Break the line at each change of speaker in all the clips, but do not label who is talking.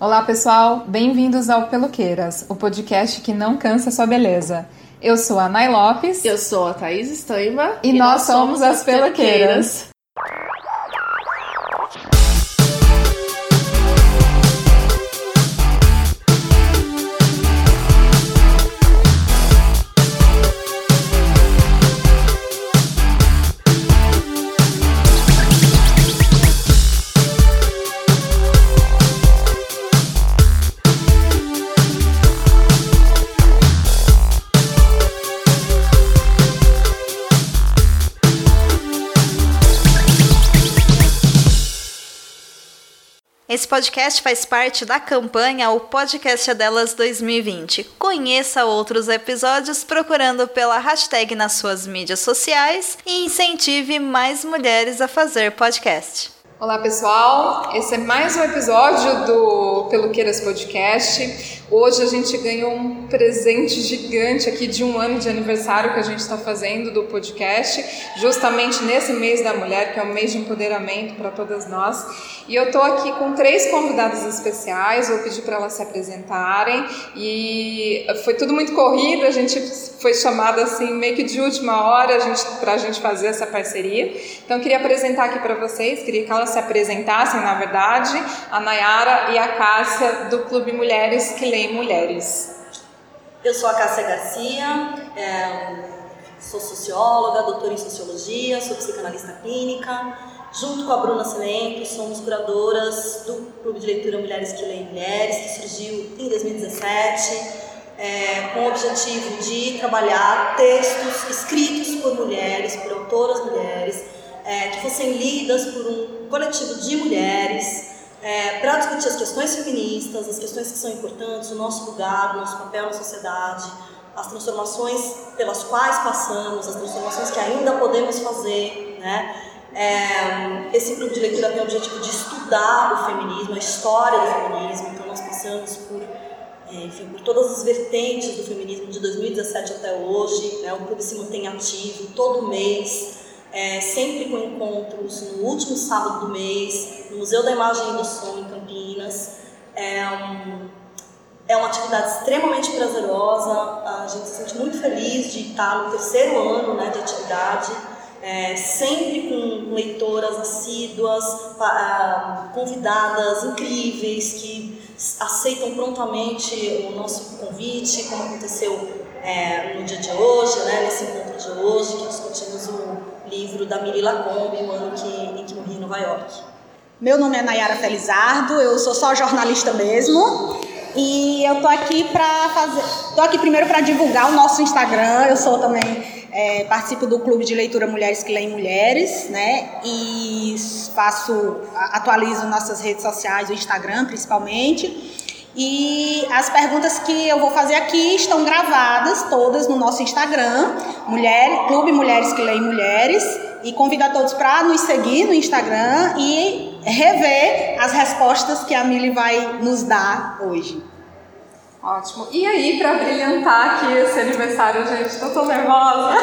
Olá pessoal, bem-vindos ao Peluqueiras, o podcast que não cansa sua beleza. Eu sou a Nay Lopes.
Eu sou a Thaís Stoiber.
E nós somos as Peluqueiras.
Esse podcast faz parte da campanha O Podcast é Delas 2020. Conheça outros episódios procurando pela hashtag nas suas mídias sociais e incentive mais mulheres a fazer podcast.
Olá pessoal, esse é mais um episódio do Peluqueiras Podcast. Hoje a gente ganhou um presente gigante aqui de 1 ano de aniversário que a gente está fazendo do podcast, justamente nesse mês da mulher, que é um mês de empoderamento para todas nós. E eu estou aqui com 3 convidadas especiais, vou pedir para elas se apresentarem. E foi tudo muito corrido, a gente foi chamada assim meio que de última hora para a gente fazer essa parceria. Então eu queria apresentar aqui para vocês, queria que elas se apresentassem, na verdade, a Nayara e a Cássia do Clube Mulheres que Leem Mulheres.
Eu sou a Cássia Garcia, sou socióloga, doutora em sociologia, sou psicanalista clínica. Junto com a Bruna Cimento, somos curadoras do Clube de Leitura Mulheres que Leem Mulheres, que surgiu em 2017, com o objetivo de trabalhar textos escritos por mulheres, por autoras mulheres, que fossem lidas por um coletivo de mulheres, para discutir as questões feministas, as questões que são importantes, o nosso lugar, o nosso papel na sociedade, as transformações pelas quais passamos, as transformações que ainda podemos fazer, né? Esse grupo de leitura tem o objetivo de estudar o feminismo, a história do feminismo, então nós passamos por todas as vertentes do feminismo de 2017 até hoje, né? O clube se mantém ativo todo mês, sempre com encontros no último sábado do mês, no Museu da Imagem e do Som em Campinas. É uma atividade extremamente prazerosa, a gente se sente muito feliz de estar no 3º ano, né, de atividade, sempre com leitoras assíduas, convidadas incríveis que aceitam prontamente o nosso convite, como aconteceu no dia de hoje, né, nesse encontro de hoje, que discutimos o livro da Miri Lacombe, o ano em que morri em Nova York.
Meu nome é Nayara Felizardo, eu sou só jornalista mesmo e eu tô aqui primeiro para divulgar o nosso Instagram. Eu sou também participo do Clube de Leitura Mulheres que Leem Mulheres, né? E atualizo nossas redes sociais, o Instagram principalmente. E as perguntas que eu vou fazer aqui estão gravadas todas no nosso Instagram, Clube Mulheres que Leem Mulheres, e convido a todos para nos seguir no Instagram e rever as respostas que a Mili vai nos dar hoje.
Ótimo. E aí, para brilhantar aqui esse aniversário, gente, estou tão nervosa.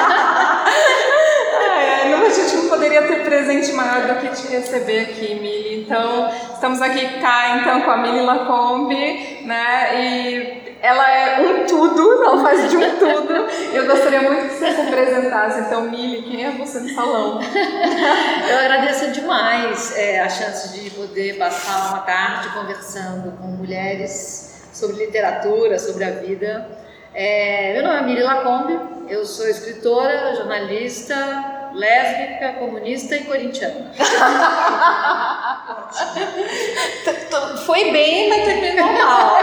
A gente não poderia ter presente maior do que te receber aqui, Mili. Então, estamos aqui com a Miri Lacombe, né? E ela é um tudo, ela faz de um tudo. Eu gostaria muito que você se apresentasse. Então, Mili, quem é você no salão?
Eu agradeço demais a chance de poder passar uma tarde conversando com mulheres sobre literatura, sobre a vida. Meu nome é Miri Lacombe, eu sou escritora, jornalista, lésbica, comunista e corintiana.
Foi bem, mas terminou mal.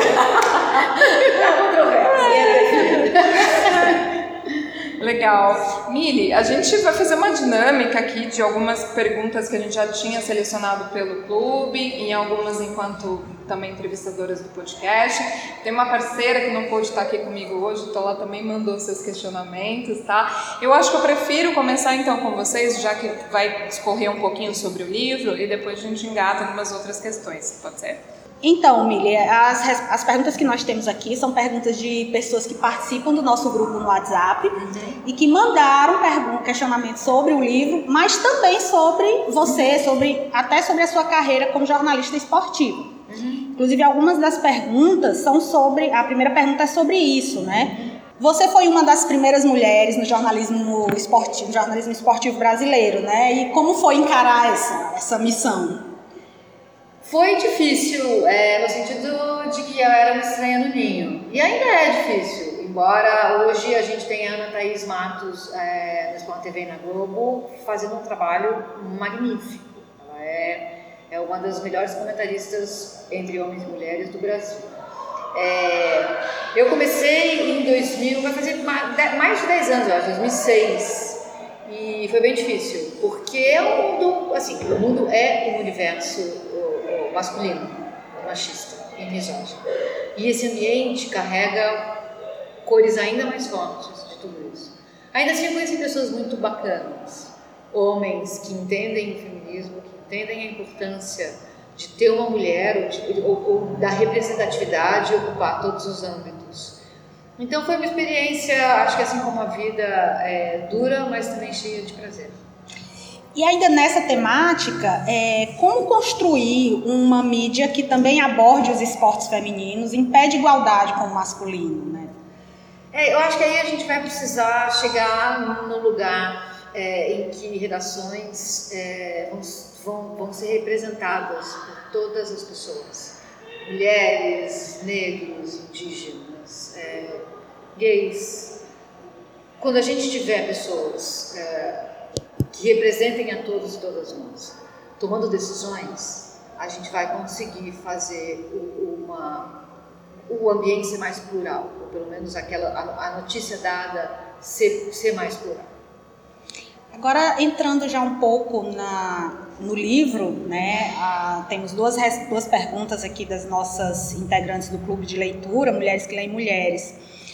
Legal. Mili, a gente vai fazer uma dinâmica aqui de algumas perguntas que a gente já tinha selecionado pelo clube, em algumas enquanto também entrevistadoras do podcast. Tem uma parceira que não pôde estar aqui comigo hoje, então ela também mandou seus questionamentos, tá? Eu acho que eu prefiro começar então com vocês, já que vai discorrer um pouquinho sobre o livro e depois a gente engata em algumas outras questões, pode ser?
Então, Mili, as perguntas que nós temos aqui são perguntas de pessoas que participam do nosso grupo no WhatsApp e que mandaram questionamentos sobre o livro, mas também sobre você, até sobre a sua carreira como jornalista esportivo. Inclusive, algumas das perguntas são sobre... A primeira pergunta é sobre isso, né? Você foi uma das primeiras mulheres no jornalismo esportivo brasileiro, né? E como foi encarar essa missão?
Foi difícil, no sentido de que eu era uma estranha no ninho. E ainda é difícil, embora hoje a gente tenha a Ana Thaís Matos na Sport TV e na Globo fazendo um trabalho magnífico. Ela é uma das melhores comentaristas entre homens e mulheres do Brasil. Eu comecei em 2000, vai fazer mais de 10 anos, eu acho, 2006. E foi bem difícil, porque o mundo é um universo masculino, machista e misógino. E esse ambiente carrega cores ainda mais fortes de tudo isso. Ainda assim, eu conheci pessoas muito bacanas, homens que entendem o feminismo, que entendem a importância de ter uma mulher ou da representatividade ocupar todos os âmbitos. Então foi uma experiência, acho que assim como a vida é dura, mas também cheia de prazer.
E ainda nessa temática, como construir uma mídia que também aborde os esportes femininos em pé de igualdade com o masculino, né?
Eu acho que aí a gente vai precisar chegar no lugar em que redações vão ser representadas por todas as pessoas. Mulheres, negros, indígenas, gays. Quando a gente tiver pessoas que representem a todos e todas nós, tomando decisões, a gente vai conseguir fazer o ambiente ser mais plural, ou pelo menos a notícia dada ser mais plural.
Agora, entrando já um pouco no livro, né, temos duas perguntas aqui das nossas integrantes do Clube de Leitura, Mulheres que Leem Mulheres.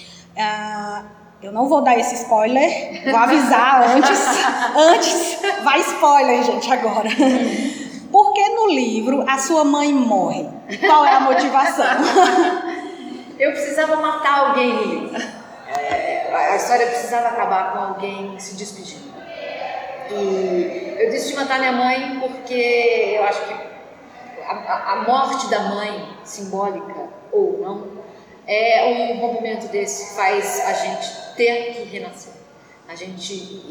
Eu não vou dar esse spoiler, vou avisar antes, vai spoiler, gente, agora. Por que no livro a sua mãe morre? Qual é a motivação?
Eu precisava matar alguém no livro. A história precisava acabar com alguém se despedindo. E eu decidi matar minha mãe porque eu acho que a morte da mãe, simbólica ou não, é um rompimento desse que faz a gente ter que renascer. A gente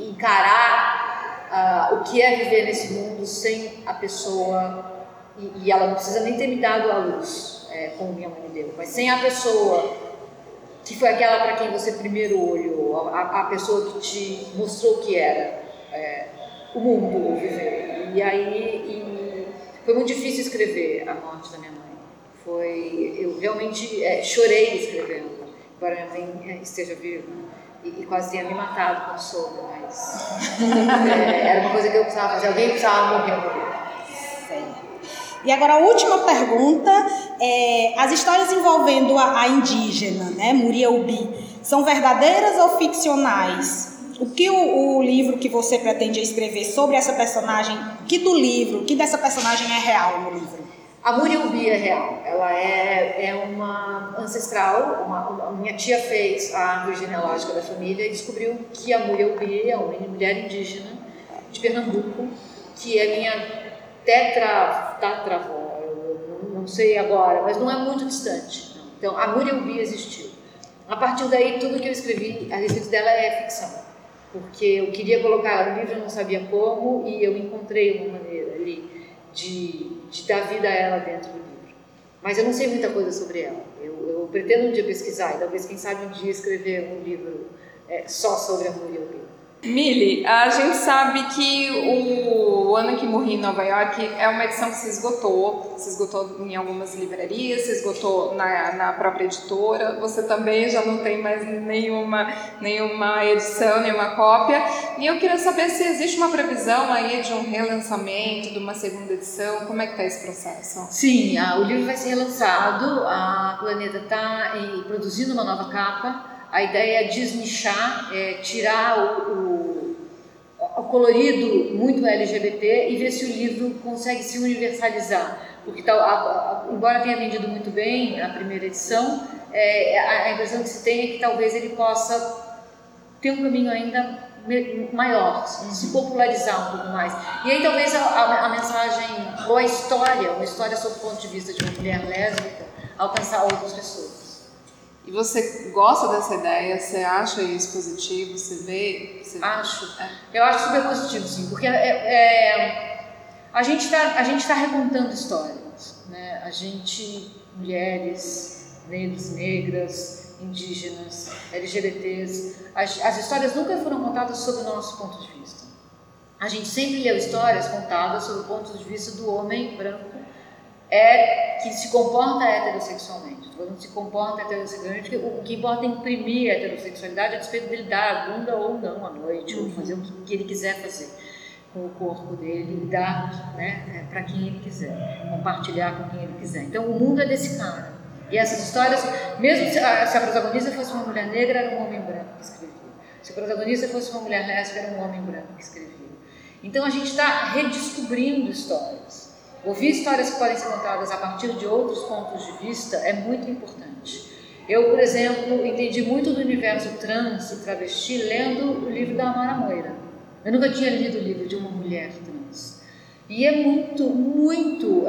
encarar o que é viver nesse mundo sem a pessoa, e ela não precisa nem ter me dado a luz, como minha mãe me deu, mas sem a pessoa que foi aquela para quem você primeiro olhou, a pessoa que te mostrou o que era o mundo, o viver. E aí foi muito difícil escrever a morte da minha mãe. Eu realmente chorei escrevendo, embora minha mãe esteja viva e quase tenha me matado quando soube, mas era uma coisa que eu precisava fazer, alguém precisava morrer por mim.
E agora a última pergunta, as histórias envolvendo a indígena, né, Muriel Bi, são verdadeiras ou ficcionais? O que o livro que você pretende escrever sobre essa personagem, o que dessa personagem é real no livro?
A Muriel Bi é real, ela é uma ancestral, minha tia fez a árvore genealógica da família e descobriu que a Muriel Bi é uma mulher indígena de Pernambuco, que é minha tetravó, eu não sei agora, mas não é muito distante. Então, a Muriel Bi existiu. A partir daí, tudo que eu escrevi a respeito dela é ficção, porque eu queria colocar ela no livro, eu não sabia como, e eu encontrei uma maneira ali de dar vida a ela dentro do livro. Mas eu não sei muita coisa sobre ela. Eu pretendo um dia pesquisar e talvez, quem sabe, um dia escrever um livro só sobre a Muriel Bi.
Mili, a gente sabe que o Ano que Morri em Nova York é uma edição que se esgotou em algumas livrarias, se esgotou na própria editora, você também já não tem mais nenhuma edição, nenhuma cópia, e eu queria saber se existe uma previsão aí de um relançamento, de uma segunda edição, como é que está esse processo?
Sim, o livro vai ser relançado, a Planeta está produzindo uma nova capa. A ideia é desnichar, tirar o colorido muito LGBT e ver se o livro consegue se universalizar. Porque, embora tenha vendido muito bem a primeira edição, a impressão que se tem é que talvez ele possa ter um caminho ainda maior, se popularizar um pouco mais. E aí talvez a mensagem, ou a história, uma história sob o ponto de vista de uma mulher lésbica, alcançar outras pessoas.
E você gosta dessa ideia? Você acha isso positivo? Você vê?
Acho. Eu acho super positivo, sim, porque a gente tá recontando histórias, né? A gente, mulheres, negros, negras, indígenas, LGBTs, as histórias nunca foram contadas sob o nosso ponto de vista. A gente sempre leu histórias contadas sob o ponto de vista do homem branco que se comporta heterossexualmente. Quando se comporta heterossexualmente, o que importa é imprimir a heterossexualidade a despeito dele dar a bunda ou não à noite, ou fazer o que ele quiser fazer com o corpo dele e dar, né, para quem ele quiser, compartilhar com quem ele quiser. Então o mundo é desse cara. E essas histórias, mesmo se a protagonista fosse uma mulher negra, era um homem branco que escrevia. Se a protagonista fosse uma mulher lésbica, era um homem branco que escrevia. Então a gente está redescobrindo histórias. Ouvir histórias que podem ser contadas a partir de outros pontos de vista é muito importante. Eu, por exemplo, entendi muito do universo trans e travesti lendo o livro da Amara Moira. Eu nunca tinha lido o livro de uma mulher trans. E é muito, muito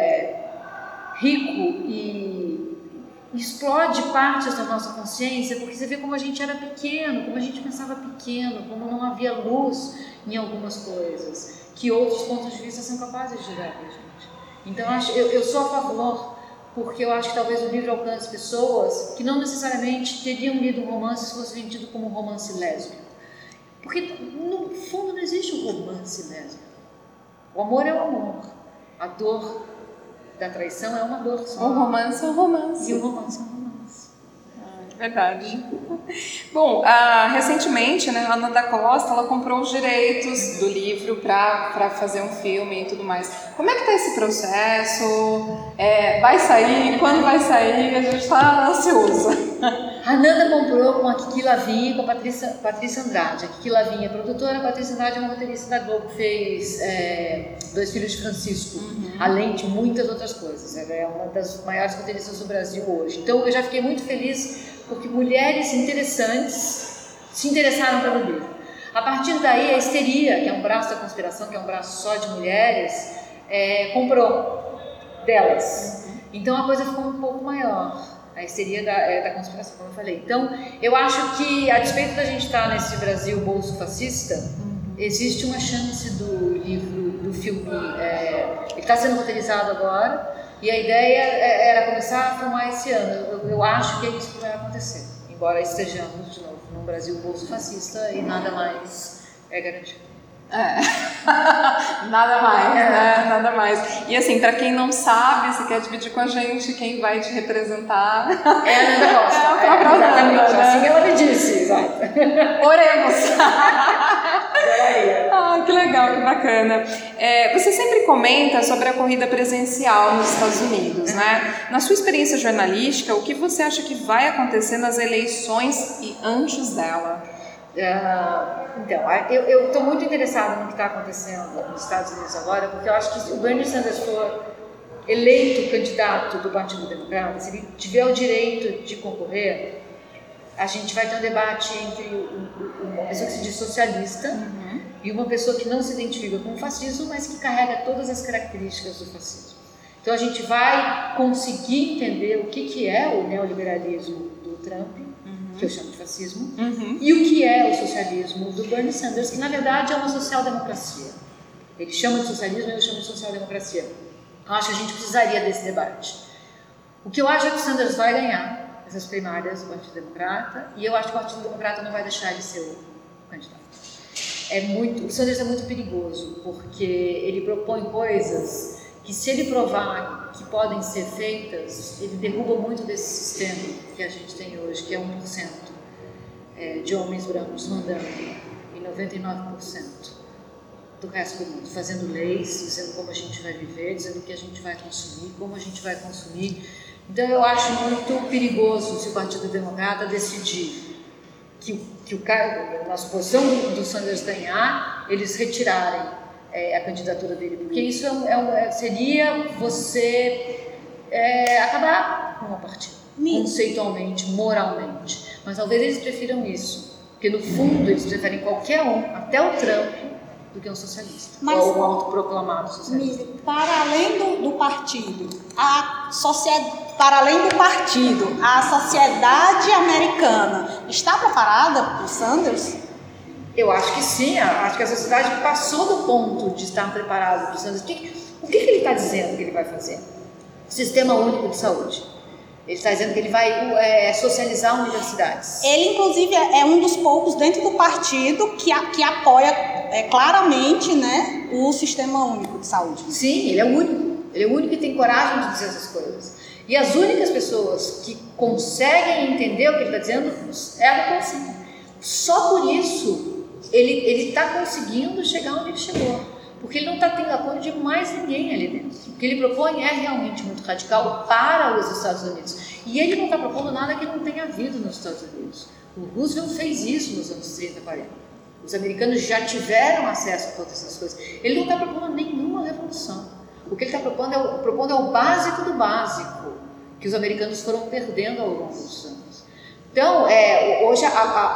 rico e explode partes da nossa consciência, porque você vê como a gente era pequeno, como a gente pensava pequeno, como não havia luz em algumas coisas, que outros pontos de vista são capazes de dar para a gente. Então eu sou a favor, porque eu acho que talvez o livro alcance pessoas que não necessariamente teriam lido um romance se fosse vendido como um romance lésbico. Porque no fundo não existe um romance lésbico. O amor é o amor. A dor da traição é uma dor só.
O romance é um romance.
E o romance é um romance.
Verdade. Bom, recentemente, né, a Ana da Costa, ela comprou os direitos do livro para fazer um filme e tudo mais. Como é que tá esse processo? Vai sair? Quando vai sair? A gente está ansioso.
A Nanda comprou com a Kiki Lavinha e com a Patrícia Andrade. A Kiki Lavinha é produtora, a Patrícia Andrade é uma roteirista da Globo, fez Dois Filhos de Francisco, além de muitas outras coisas. Ela é uma das maiores roteiristas do Brasil hoje. Então eu já fiquei muito feliz porque mulheres interessantes se interessaram pelo livro. A partir daí, a Histeria, que é um braço da conspiração, que é um braço só de mulheres, comprou delas. Então a coisa ficou um pouco maior. A histeria da conspiração, como eu falei. Então, eu acho que, a despeito da gente estar nesse Brasil bolso fascista, existe uma chance do livro, do filme. Ele está sendo roteirizado agora, e a ideia era começar a filmar esse ano. Eu acho que é isso que vai acontecer, embora estejamos de novo num Brasil bolso fascista e nada mais é garantido.
Nada mais, né? Nada mais. E assim, pra quem não sabe, você quer dividir com a gente quem vai te representar?
É a Nanda Costa.
É a própria
exatamente,
Nanda, né?
assim ela me disse. Exato.
Oremos!
Adoraria.
Que legal, que bacana. Você sempre comenta sobre a corrida presidencial nos Estados Unidos, né? Na sua experiência jornalística, o que você acha que vai acontecer nas eleições e antes dela?
Então, eu estou muito interessada no que está acontecendo nos Estados Unidos agora, porque eu acho que se o Bernie Sanders for eleito candidato do Partido Democrata, se ele tiver o direito de concorrer, a gente vai ter um debate entre uma pessoa que se diz socialista e uma pessoa que não se identifica com o fascismo, mas que carrega todas as características do fascismo. Então a gente vai conseguir entender o que é o neoliberalismo do Trump, que eu chamo de fascismo, e o que é o socialismo do Bernie Sanders, que na verdade é uma social-democracia. Ele chama de socialismo e eu chamo de social-democracia. Eu acho que a gente precisaria desse debate. O que eu acho é que o Sanders vai ganhar essas primárias do Partido Democrata, e eu acho que o Partido Democrata não vai deixar ele ser o candidato. O Sanders é muito perigoso, porque ele propõe coisas que, se ele provar que podem ser feitas, ele derruba muito desse sistema que a gente tem hoje, que é 1% de homens brancos mandando e 99% do resto do mundo, fazendo leis, dizendo como a gente vai viver, dizendo o que a gente vai consumir, como a gente vai consumir. Então eu acho muito perigoso se o Partido Democrata decidir que o cara, na suposição do Sanders ganhar, eles retirarem a candidatura dele, porque isso seria você acabar com o partido, conceitualmente, moralmente. Mas talvez eles prefiram isso, Porque no fundo eles preferem qualquer um, até o Trump, do que um socialista, ou um autoproclamado socialista.
Para além do partido, a sociedade americana está preparada para o Sanders?
Eu acho que sim, acho que a sociedade passou do ponto de estar preparada para o Sanders. O que ele está dizendo que ele vai fazer? Sistema Único de Saúde. Ele está dizendo que ele vai socializar universidades.
Ele, inclusive, é um dos poucos dentro do partido que apoia claramente, né, o Sistema Único de Saúde.
Sim, ele é o único. Ele é o único que tem coragem de dizer essas coisas. E as únicas pessoas que conseguem entender o que ele está dizendo é a população. Só por isso ele está conseguindo chegar onde ele chegou. Porque ele não está tendo apoio de mais ninguém ali dentro. O que ele propõe é realmente muito radical para os Estados Unidos. E ele não está propondo nada que não tenha havido nos Estados Unidos. O Roosevelt fez isso nos anos 30 e 40. Os americanos já tiveram acesso a todas essas coisas. Ele não está propondo nenhuma revolução. O que ele está propondo é o básico do básico, que os americanos foram perdendo ao longo dos anos. Então, hoje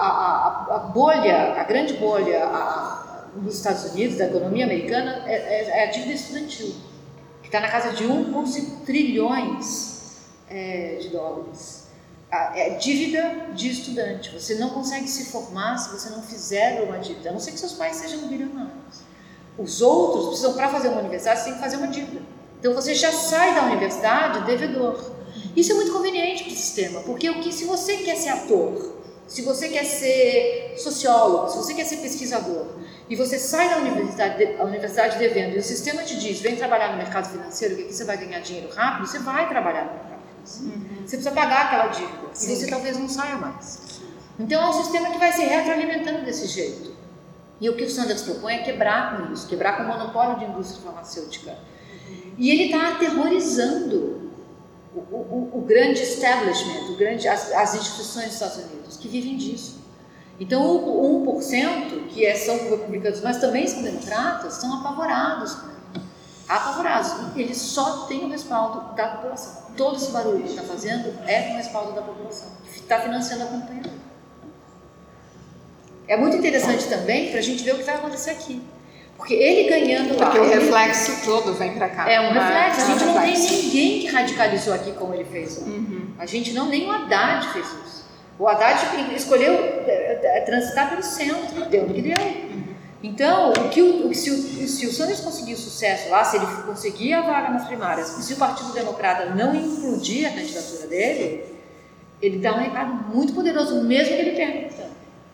a grande bolha nos Estados Unidos, da economia americana, é a dívida estudantil, que está na casa de 1,5 trilhões de dólares. É dívida de estudante. Você não consegue se formar se você não fizer uma dívida, a não ser que seus pais sejam bilionários. Os outros precisam, para fazer uma universidade, você tem que fazer uma dívida. Então você já sai da universidade devedor. Isso é muito conveniente para o sistema, porque se você quer ser ator, se você quer ser sociólogo, se você quer ser pesquisador, e você sai da universidade devendo, e o sistema te diz, vem trabalhar no mercado financeiro, que aqui você vai ganhar dinheiro rápido, você vai trabalhar no mercado financeiro. Você precisa pagar aquela dívida, e você talvez não saia mais. Então é um sistema que vai se retroalimentando desse jeito. E o que o Sanders propõe é quebrar com isso, quebrar com o monopólio de indústria farmacêutica. E ele está aterrorizando o grande establishment, as instituições dos Estados Unidos, que vivem disso. Então, o 1%, que são republicanos, mas também são democratas, estão apavorados. Apavorados. Eles só têm o respaldo da população. Todo esse barulho que está fazendo é com o respaldo da população, que está financiando a campanha dele. É muito interessante também para a gente ver o que vai acontecer aqui. Porque ele ganhando lá...
Porque o reflexo todo vem para cá.
É um reflexo. A gente não tem ninguém que radicalizou aqui como ele fez lá. A gente não, nem o Haddad fez isso. O Haddad escolheu transitar pelo centro, deu no que deu. Então, se o Sanders conseguir sucesso lá, se ele conseguir a vaga nas primárias, e se o Partido Democrata não implodir a candidatura dele, ele dá um recado muito poderoso, mesmo que ele perca o Trump.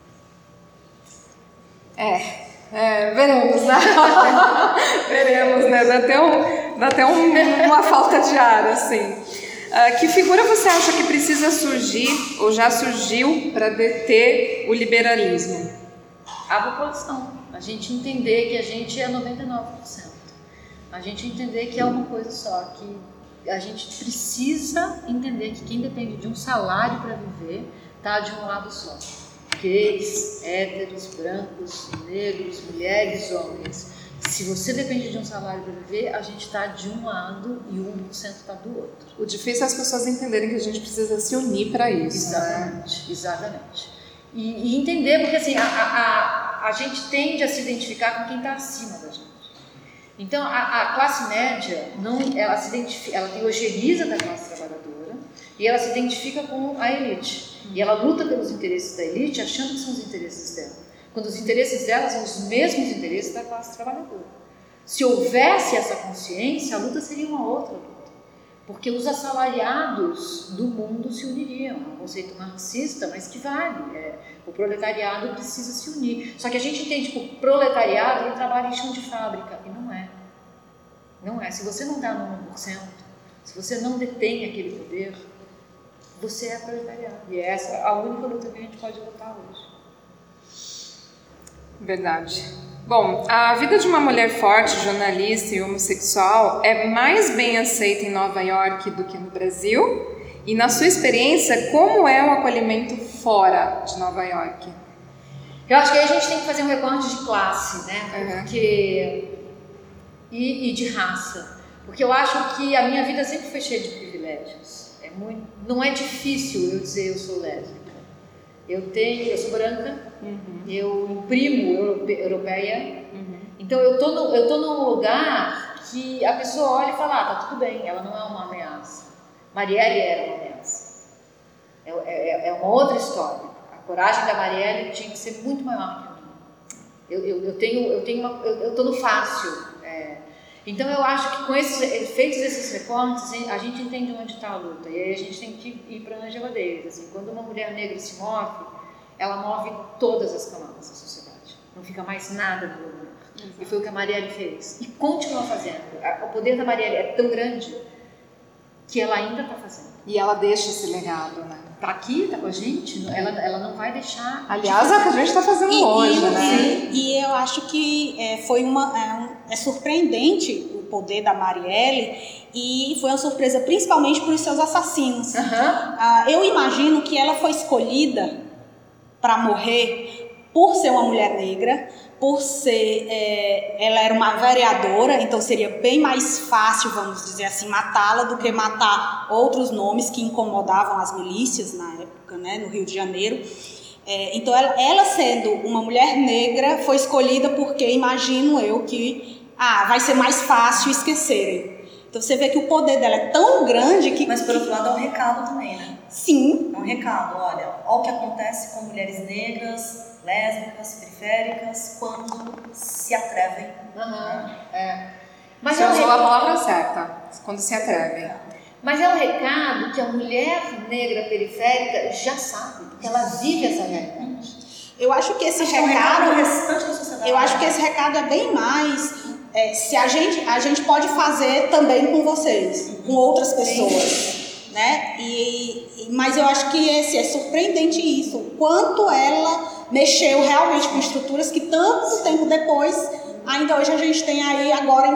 Veremos, né? Veremos, né? Dá até uma falta de ar, assim. Que figura você acha que precisa surgir, ou já surgiu, para deter o liberalismo?
A população. A gente entender que a gente é 99%. A gente entender que é uma coisa só, que a gente precisa entender que quem depende de um salário para viver está de um lado só. Gays, héteros, brancos, negros, mulheres, homens. Se você depende de um salário para viver, a gente está de um lado e o 1% está do outro.
O difícil é as pessoas entenderem que a gente precisa se unir para isso.
Exatamente, exatamente. E entender, porque assim, a gente tende a se identificar com quem está acima da gente. Então, a classe média, ela tem ojeriza da classe trabalhadora e ela se identifica com a elite. E ela luta pelos interesses da elite, achando que são os interesses dela. Quando os interesses dela são os mesmos interesses da classe trabalhadora. Se houvesse essa consciência, a luta seria uma outra luta. Porque os assalariados do mundo se uniriam. É um conceito marxista, mas que vale. O proletariado precisa se unir. Só que a gente entende que o proletariado ele trabalha em chão de fábrica. E não é. Não é. Se você não dá no 1%, se você não detém aquele poder, você é proletariado. E essa é a única luta que a gente pode lutar hoje.
Verdade. Bom, a vida de uma mulher forte, jornalista e homossexual é mais bem aceita em Nova York do que no Brasil? E na sua experiência, como é o acolhimento fora de Nova York?
Eu acho que aí a gente tem que fazer um recorte de classe, né? Porque... E de raça. Porque eu acho que a minha vida sempre foi cheia de privilégios. Não é difícil eu dizer eu sou lésbica. Eu sou branca, eu imprimo europeia, então eu tô num lugar que a pessoa olha e fala, tá tudo bem, ela não é uma ameaça. Marielle era uma ameaça. É uma outra história. A coragem da Marielle tinha que ser muito maior que a minha. Eu tô no fácil. Então eu acho que com esses efeitos desses recortes a gente entende onde está a luta, e aí a gente tem que ir para a Angela Davis. Assim, quando uma mulher negra se move, ela move todas as camadas da sociedade, não fica mais nada no lugar. E foi o que a Marielle fez e continua fazendo. O poder da Marielle é tão grande que ela ainda está fazendo.
E ela deixa esse legado, né?
Tá aqui, tá com a gente, ela não vai deixar.
Aliás, é o que a gente está fazendo hoje, né?
E eu acho que é surpreendente o poder da Marielle, e foi uma surpresa principalmente por seus assassinos. Eu imagino que ela foi escolhida para morrer por ser uma mulher negra, por ser, ela era uma vereadora, então seria bem mais fácil, vamos dizer assim, matá-la do que matar outros nomes que incomodavam as milícias na época, né, no Rio de Janeiro. Então ela sendo uma mulher negra foi escolhida porque imagino eu que vai ser mais fácil esquecerem. Então você vê que o poder dela é tão grande que...
Mas por outro lado é um recado também, né?
Sim.
É um recado, olha o que acontece com mulheres negras, lésbicas, periféricas, quando se atrevem.
Mas
você usou a palavra certa, quando se atrevem.
Mas é um recado que a mulher negra periférica já sabe, porque ela vive essa realidade.
Eu acho que esse recado é bem mais... se a gente pode fazer também com vocês, com outras pessoas, né? Mas eu acho que é surpreendente isso, o quanto ela mexeu realmente com estruturas que tanto tempo depois, ainda hoje a gente tem aí agora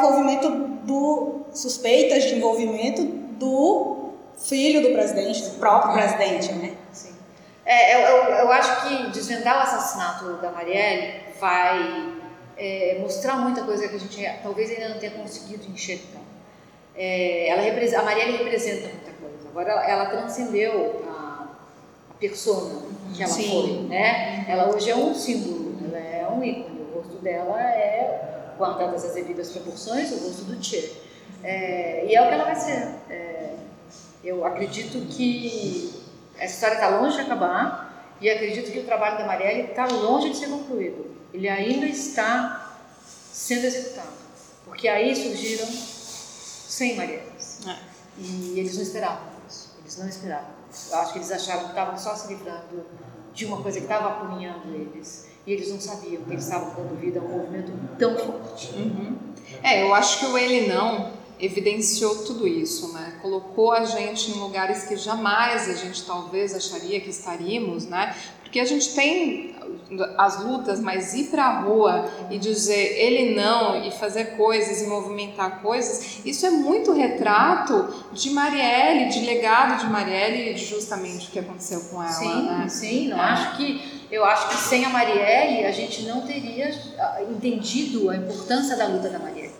suspeitas de envolvimento do filho do presidente, do próprio presidente, né?
Sim. Eu acho que desvendar o assassinato da Marielle vai mostrar muita coisa que a gente talvez ainda não tenha conseguido enxergar. A Marielle representa muita coisa. Agora ela transcendeu a persona que ela foi, né? Ela hoje é um símbolo, ela é um ícone. O rosto dela é, guardadas as devidas proporções, o rosto do Che. E é o que ela vai ser. Eu acredito que essa história está longe de acabar, e acredito que o trabalho da Marielle está longe de ser concluído. Ele ainda está sendo executado, porque aí surgiram 100 Marielles. E eles não esperavam isso. Eu acho que eles achavam que estavam só se livrando de uma coisa que estava apunhalando eles. E eles não sabiam que eles estavam dando vida a um movimento tão forte.
Eu acho que o Ele Não evidenciou tudo isso, né? Colocou a gente em lugares que jamais a gente talvez acharia que estaríamos, né? Porque a gente tem as lutas, mas ir para a rua e dizer ele não e fazer coisas e movimentar coisas, isso é muito retrato de Marielle, de legado de Marielle, justamente o que aconteceu com ela.
Sim,
né?
Sim. Eu acho que sem a Marielle a gente não teria entendido a importância da luta da Marielle.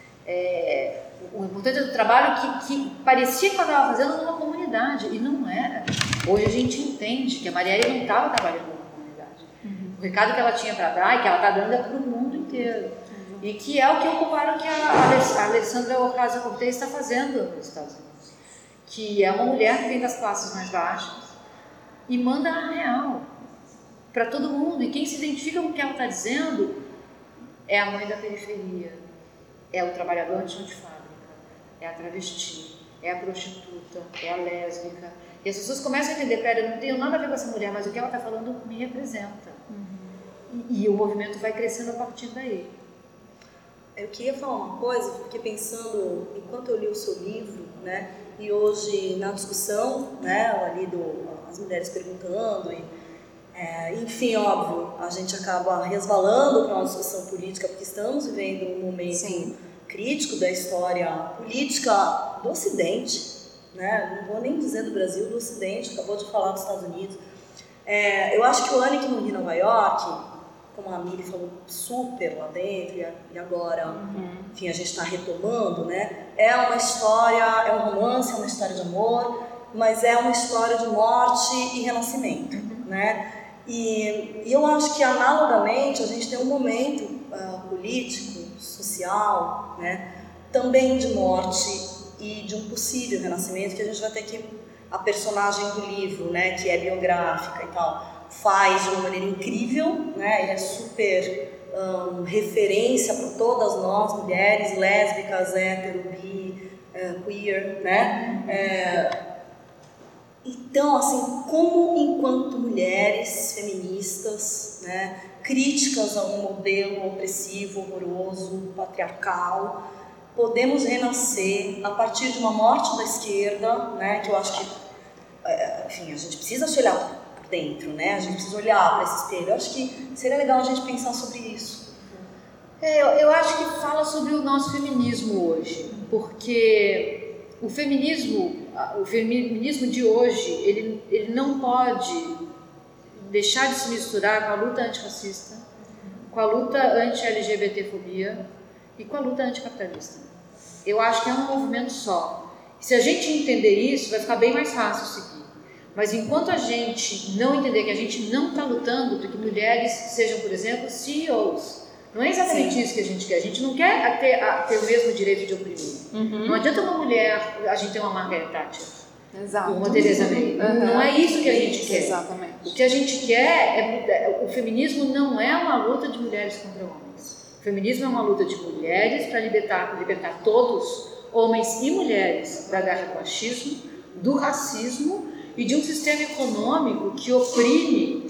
O importante do trabalho que parecia que ela estava fazendo numa comunidade, e não era. Hoje a gente entende que a Marielle não estava trabalhando numa comunidade. O recado que ela tinha para dar e que ela está dando é para o mundo inteiro. E que é o que ocuparam que a Alexandra Ocasio-Cortez está fazendo nos Estados Unidos. Que é uma mulher que vem das classes mais baixas e manda a real para todo mundo. E quem se identifica com o que ela está dizendo é a mãe da periferia, é o trabalhador de chão de fábrica, é a travesti, é a prostituta, é a lésbica. E as pessoas começam a entender, pera, eu não tenho nada a ver com essa mulher, mas o que ela está falando me representa. E o movimento vai crescendo a partir daí.
Eu queria falar uma coisa, fiquei pensando, enquanto eu li o seu livro, né, e hoje na discussão, né, ali as mulheres perguntando, enfim, óbvio, a gente acaba resvalando para uma discussão política, porque estamos vivendo um momento crítico da história política do Ocidente, né, não vou nem dizer do Brasil, do Ocidente, acabou de falar dos Estados Unidos. Eu acho que o ano que morri em Nova York, como a Miri falou super lá dentro, e agora, enfim, a gente está retomando, né? É uma história, é um romance, é uma história de amor, mas é uma história de morte e renascimento, né? E eu acho que, analogamente, a gente tem um momento político, social, né, também de morte e de um possível renascimento, que a gente vai ter que... A personagem do livro, né, que é biográfica e tal, faz de uma maneira incrível, né, ele é super referência para todas nós, mulheres, lésbicas, hétero, bi, queer, né. Então, assim, como enquanto mulheres feministas, né, críticas a um modelo opressivo, horroroso, patriarcal, podemos renascer a partir de uma morte da esquerda, né, que eu acho que, enfim, a gente precisa se olhar por dentro, né, a gente precisa olhar para esse espelho. Eu acho que seria legal a gente pensar sobre isso.
Eu acho que fala sobre o nosso feminismo hoje, porque o feminismo de hoje, ele não pode deixar de se misturar com a luta antirracista, com a luta anti-LGBTfobia e com a luta anticapitalista. Eu acho que é um movimento só. Se a gente entender isso, vai ficar bem mais fácil seguir. Mas enquanto a gente não entender que a gente não está lutando para que mulheres sejam, por exemplo, CEOs, não é exatamente isso que a gente quer. A gente não quer ter o mesmo direito de oprimir. Não adianta uma mulher, a gente ter uma Margaret Thatcher,
Exato.
uma Theresa May. Não é isso que a gente quer.
Exatamente.
O que a gente quer o feminismo não é uma luta de mulheres contra homens. O feminismo é uma luta de mulheres para libertar todos, homens e mulheres, da guerra do machismo, do racismo e de um sistema econômico que oprime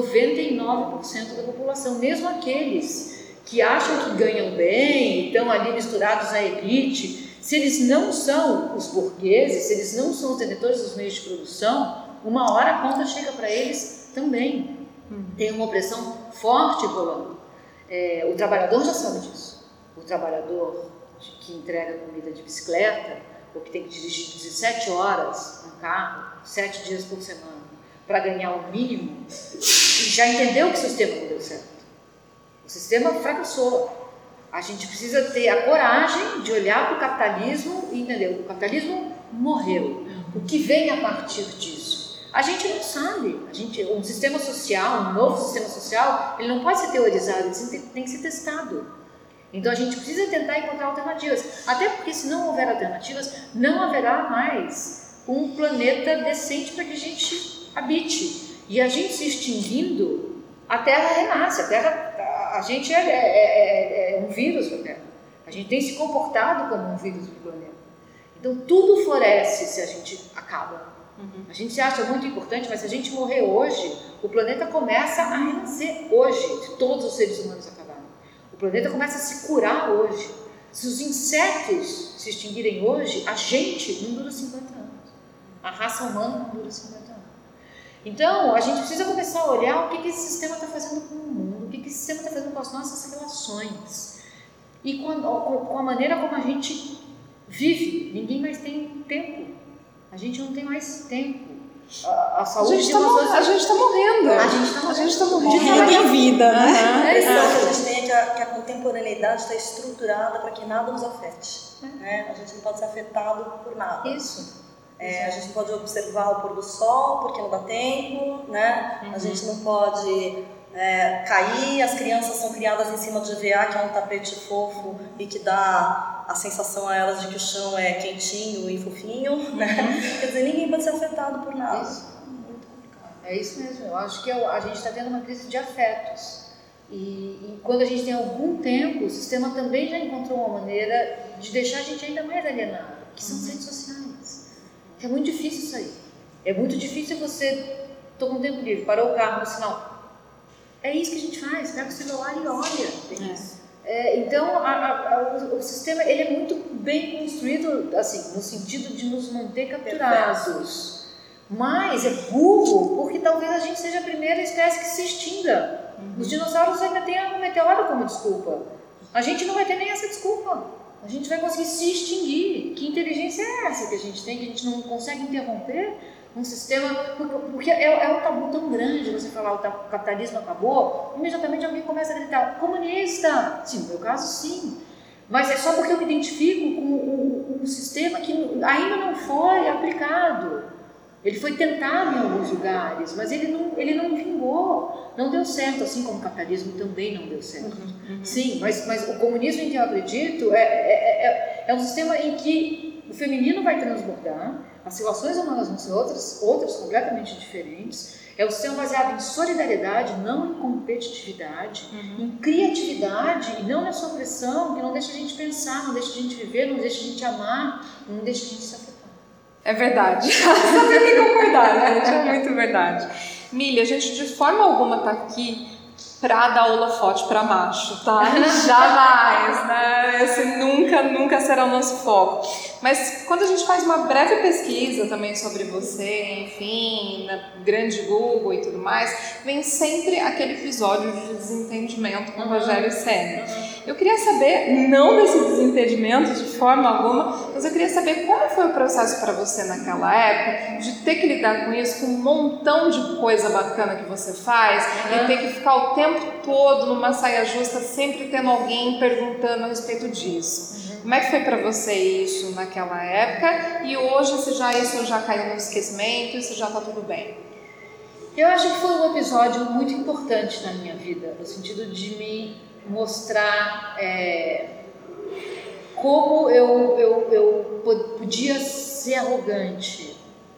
99% da população, mesmo aqueles que acham que ganham bem, estão ali misturados à elite. Se eles não são os burgueses, se eles não são os detentores dos meios de produção, uma hora a conta chega para eles também. Tem uma opressão forte rolando. O trabalhador já sabe disso. O trabalhador que entrega comida de bicicleta, ou que tem que dirigir 17 horas no carro, 7 dias por semana, para ganhar o mínimo, já entendeu que o sistema não deu certo. O sistema fracassou. A gente precisa ter a coragem de olhar para o capitalismo e entender, o capitalismo morreu. O que vem a partir disso? A gente não sabe. Um sistema social, um novo sistema social, ele não pode ser teorizado, ele tem que ser testado. Então a gente precisa tentar encontrar alternativas. Até porque se não houver alternativas, não haverá mais um planeta decente para que a gente habite. E a gente se extinguindo, a Terra renasce. A gente é um vírus da Terra. A gente tem se comportado como um vírus do planeta. Então tudo floresce se a gente acaba. A gente se acha muito importante, mas se a gente morrer hoje, o planeta começa a renascer hoje, se todos os seres humanos acabarem. O planeta começa a se curar hoje. Se os insetos se extinguirem hoje, a gente não dura 50 anos. A raça humana não dura 50 anos. Então, a gente precisa começar a olhar o que esse sistema está fazendo com o mundo, o que esse sistema está fazendo com as nossas relações e com a maneira como a gente vive. Ninguém mais tem tempo. A gente não tem mais tempo. A saúde
a gente está morrendo.
A gente está morrendo.
Morrendo em vida, né?
A impressão que a gente tem é que a contemporaneidade está estruturada para que nada nos afete. Né? A gente não pode ser afetado por nada.
Isso.
A gente não pode observar o pôr do sol porque não dá tempo, né? A gente não pode cair. As crianças são criadas em cima de EVA, que é um tapete fofo e que dá a sensação a elas de que o chão é quentinho e fofinho, né? Quer dizer, ninguém pode ser afetado por nada.
Isso. Muito complicado. É isso mesmo. Eu acho que a gente está tendo uma crise de afetos. E quando a gente tem algum tempo, o sistema também já encontrou uma maneira de deixar a gente ainda mais alienado, que são as redes sociais. É muito difícil isso aí. É muito difícil você... Estou com tempo livre, parou o carro no sinal. É isso que a gente faz, pega o celular e olha. Então, o sistema ele é muito bem construído, assim, no sentido de nos manter capturados. Mas é burro, porque talvez a gente seja a primeira espécie que se extinga. Os dinossauros ainda têm a meteoro como desculpa. A gente não vai ter nem essa desculpa. A gente vai conseguir se extinguir. Que inteligência é essa que a gente tem, que a gente não consegue interromper um sistema? Porque é um tabu tão grande você falar o capitalismo acabou, imediatamente alguém começa a gritar, comunista! Sim, no meu caso, sim. Mas é só porque eu me identifico com um sistema que ainda não foi aplicado. Ele foi tentado em alguns lugares, mas ele não vingou, não deu certo, assim como o capitalismo também não deu certo. Sim, mas o comunismo em que eu acredito é um sistema em que o feminino vai transbordar, as relações humanas vão ser outras completamente diferentes. É um sistema baseado em solidariedade, não em competitividade, em criatividade e não nessa opressão que não deixa a gente pensar, não deixa a gente viver, não deixa a gente amar, não deixa a gente se afetar.
É verdade. Só tem que concordar, gente. É muito verdade. Milha, a gente de forma alguma tá aqui pra dar holofote pra macho, tá? Jamais, né? Esse nunca será o nosso foco. Mas quando a gente faz uma breve pesquisa também sobre você, enfim, na grande Google e tudo mais, vem sempre aquele episódio de desentendimento com o Rogério Ceni. Eu queria saber, não desse desentendimento de forma alguma, mas eu queria saber como foi o processo para você naquela época de ter que lidar com isso, com um montão de coisa bacana que você faz e ter que ficar o tempo todo numa saia justa, sempre tendo alguém perguntando a respeito disso. Como é que foi para você isso naquela época e hoje isso já caiu no esquecimento, isso já tá tudo bem?
Eu acho que foi um episódio muito importante na minha vida, no sentido de me mostrar como eu podia ser arrogante.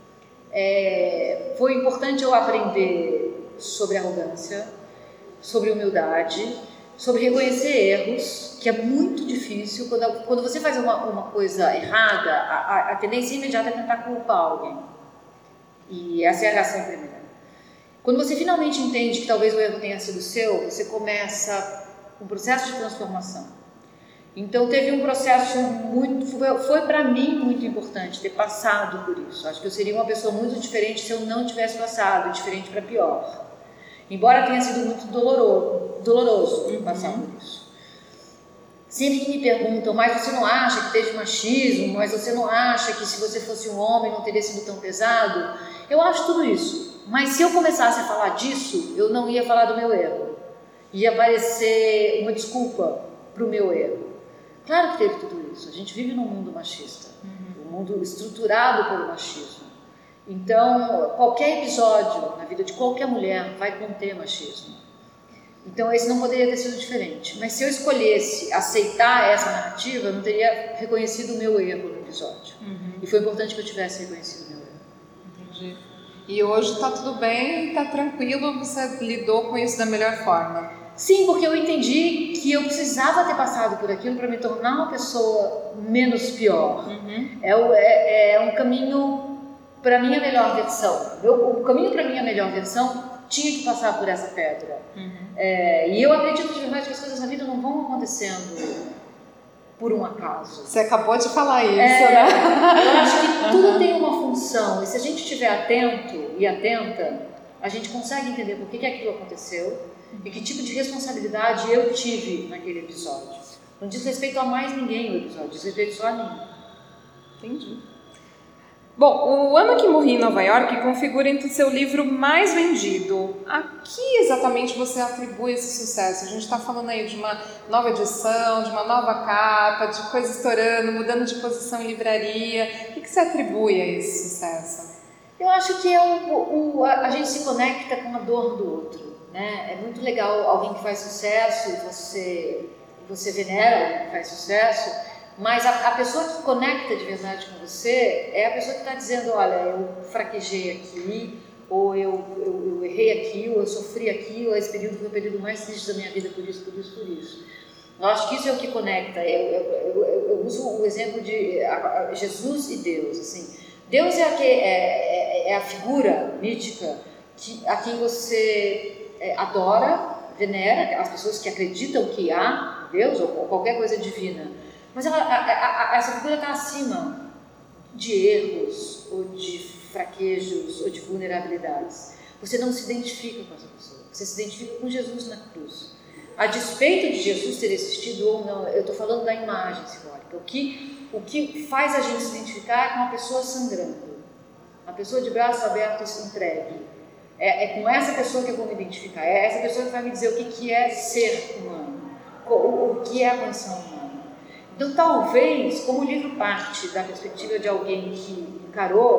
Foi importante eu aprender sobre arrogância, sobre humildade, sobre reconhecer erros, que é muito difícil. Quando você faz uma coisa errada, a tendência imediata é tentar culpar alguém. E essa é a reação primeira. Quando você finalmente entende que talvez o erro tenha sido seu, você começa um processo de transformação. Então teve um processo foi para mim muito importante ter passado por isso. Acho que eu seria uma pessoa muito diferente se eu não tivesse passado, diferente para pior. Embora tenha sido muito doloroso passar por isso. Sempre que me perguntam, mas você não acha que teve machismo, mas você não acha que se você fosse um homem não teria sido tão pesado? Eu acho tudo isso. Mas se eu começasse a falar disso, eu não ia falar do meu erro. Ia aparecer uma desculpa para o meu erro. Claro que teve tudo isso. A gente vive num mundo machista, um mundo estruturado pelo machismo. Então, qualquer episódio na vida de qualquer mulher vai conter machismo. Então, esse não poderia ter sido diferente. Mas se eu escolhesse aceitar essa narrativa, eu não teria reconhecido o meu erro no episódio. E foi importante que eu tivesse reconhecido o meu erro.
Entendi. E hoje está tudo bem, está tranquilo, você lidou com isso da melhor forma?
Sim, porque eu entendi que eu precisava ter passado por aquilo para me tornar uma pessoa menos pior. É um caminho para a minha melhor versão. O caminho para a minha melhor versão tinha que passar por essa pedra. E eu acredito de verdade que as coisas na vida não vão acontecendo por um acaso.
Você acabou de falar isso, né?
Eu acho que tudo tem uma função, e se a gente estiver atento e atenta, a gente consegue entender por que aquilo aconteceu e que tipo de responsabilidade eu tive naquele episódio. Não diz respeito a mais ninguém o episódio, diz respeito só a mim.
Entendi. Bom, o Ano que Morri em Nova York configura entre o seu livro mais vendido. A que exatamente você atribui esse sucesso? A gente está falando aí de uma nova edição, de uma nova capa, de coisa estourando, mudando de posição em livraria. O que você atribui a esse sucesso?
Eu acho que a gente se conecta com a dor do outro, né? É muito legal alguém que faz sucesso e você venera alguém que faz sucesso. Mas a pessoa que conecta de verdade com você é a pessoa que está dizendo, olha, eu fraquejei aqui, ou eu errei aqui, ou eu sofri aqui, ou esse período foi o período mais triste da minha vida por isso, por isso, por isso. Eu acho que isso é o que conecta. Eu uso o exemplo de Jesus e Deus. Assim. Deus é a figura mítica a quem você adora, venera, as pessoas que acreditam que há Deus ou qualquer coisa divina. Mas essa figura está acima de erros, ou de fraquejos, ou de vulnerabilidades. Você não se identifica com essa pessoa, você se identifica com Jesus na cruz. A despeito de Jesus ter existido ou não, eu estou falando da imagem simbólica. O que faz a gente se identificar é com uma pessoa sangrando, uma pessoa de braços abertos entregue. É com essa pessoa que eu vou me identificar, é essa pessoa que vai me dizer o que é ser humano, o que é a condição humana. Então, talvez, como o livro parte da perspectiva de alguém que encarou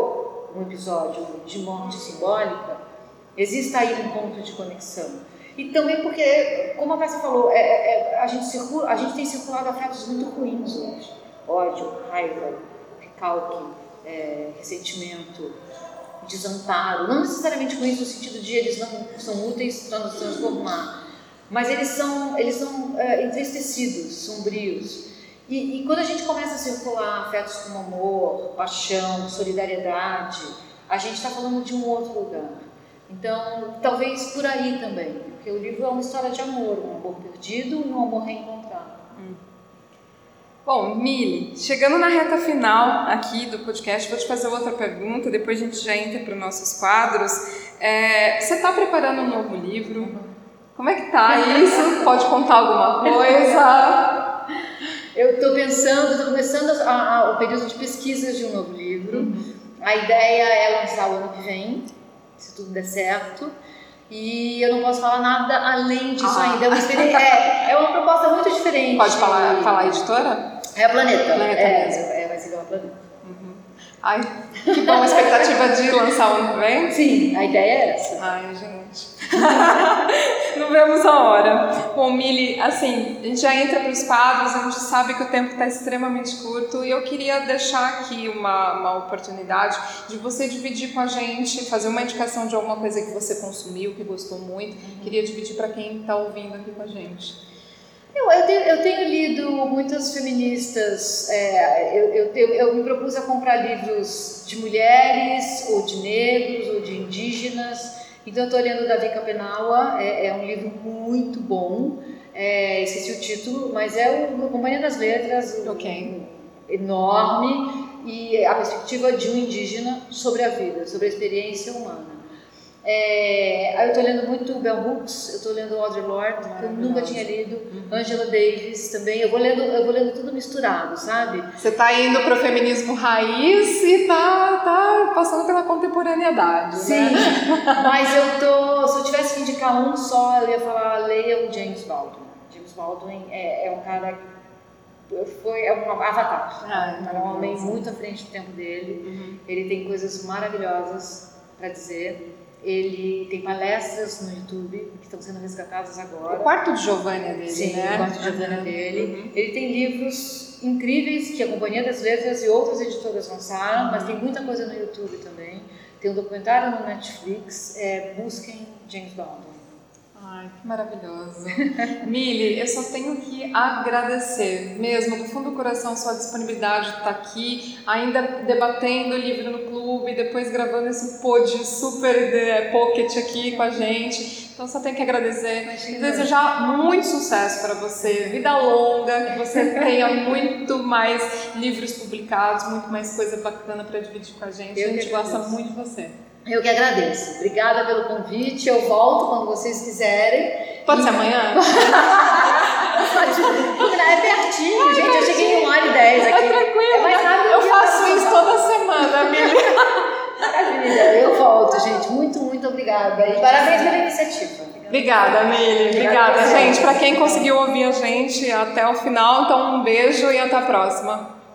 um episódio de morte simbólica, existe aí um ponto de conexão. E também porque, como a Peça falou, a gente tem circulado afetos muito ruins hoje. Ódio, raiva, recalque, ressentimento, desamparo. Não necessariamente ruins no sentido de eles não são úteis para nos transformar, mas eles são entristecidos, sombrios. E quando a gente começa a circular afetos como amor, paixão, solidariedade, a gente está falando de um outro lugar. Então, talvez por aí também, porque o livro é uma história de amor, um amor perdido e um amor reencontrado.
Bom, Mili, chegando na reta final aqui do podcast, vou te fazer outra pergunta, depois a gente já entra para os nossos quadros. Você está preparando um novo livro? Como é que tá isso? Pode contar alguma coisa?
Eu estou começando o período de pesquisas de um novo livro. A ideia é lançar o ano que vem, se tudo der certo. E eu não posso falar nada além disso ainda. É uma proposta muito diferente.
Pode falar a editora?
É a Planeta.
Mesmo.
Vai ser a Planeta.
Ai, que bom, a expectativa de lançar o ano que vem?
Sim, a ideia é essa.
Ai, gente. Não vemos a hora. Bom, Mili, assim, a gente já entra para os quadros, a gente sabe que o tempo está extremamente curto e eu queria deixar aqui uma oportunidade de você dividir com a gente, fazer uma indicação de alguma coisa que você consumiu, que gostou muito. Queria dividir para quem está ouvindo aqui com a gente.
Eu tenho lido muitas feministas, eu me propus a comprar livros de mulheres, ou de negros, ou de indígenas. Então eu estou lendo Davi Capenaua, é um livro muito bom, esqueci o título, mas é o Companhia das Letras, enorme, e a perspectiva de um indígena sobre a vida, sobre a experiência humana. Eu estou lendo muito Bell Hooks, eu estou lendo Audre Lorde, que eu nunca tinha lido, Angela Davis também, eu vou lendo tudo misturado, sabe?
Você está indo para o feminismo raiz e tá passando pela contemporaneidade,
sim,
né?
Mas se eu tivesse que indicar um só, eu ia falar, leia o James Baldwin. James Baldwin é um cara, é um avatar, é um homem muito à frente do tempo dele, ele tem coisas maravilhosas para dizer. Ele tem palestras no YouTube que estão sendo resgatadas agora.
O quarto de Giovanna dele,
sim,
né?
O quarto de Giovanna dele. Ele tem livros incríveis que a Companhia das Letras e outras editoras lançaram, mas tem muita coisa no YouTube também. Tem um documentário no Netflix, busquem James Baldwin.
Ai, que maravilhoso. Mili, eu só tenho que agradecer mesmo, do fundo do coração, sua disponibilidade de estar aqui, ainda debatendo o livro no clube, depois gravando esse pod super pocket aqui com a gente. Então só tenho que agradecer, desejar muito sucesso para você, vida longa, que você tenha muito mais livros publicados, muito mais coisa bacana para dividir com a gente. A gente gosta muito de você.
Eu que agradeço. Obrigada pelo convite. Eu volto quando vocês quiserem.
Pode ser amanhã?
É pertinho, gente. Eu cheguei em 1h10 aqui.
Tranquilo.
É mais rápido.
Eu faço isso toda semana, Mili.
Maravilha. Eu volto, gente. Muito, muito obrigada. E parabéns pela iniciativa.
Obrigada, Mili. Obrigada, gente. Para quem conseguiu ouvir a gente até o final, então um beijo e até a próxima.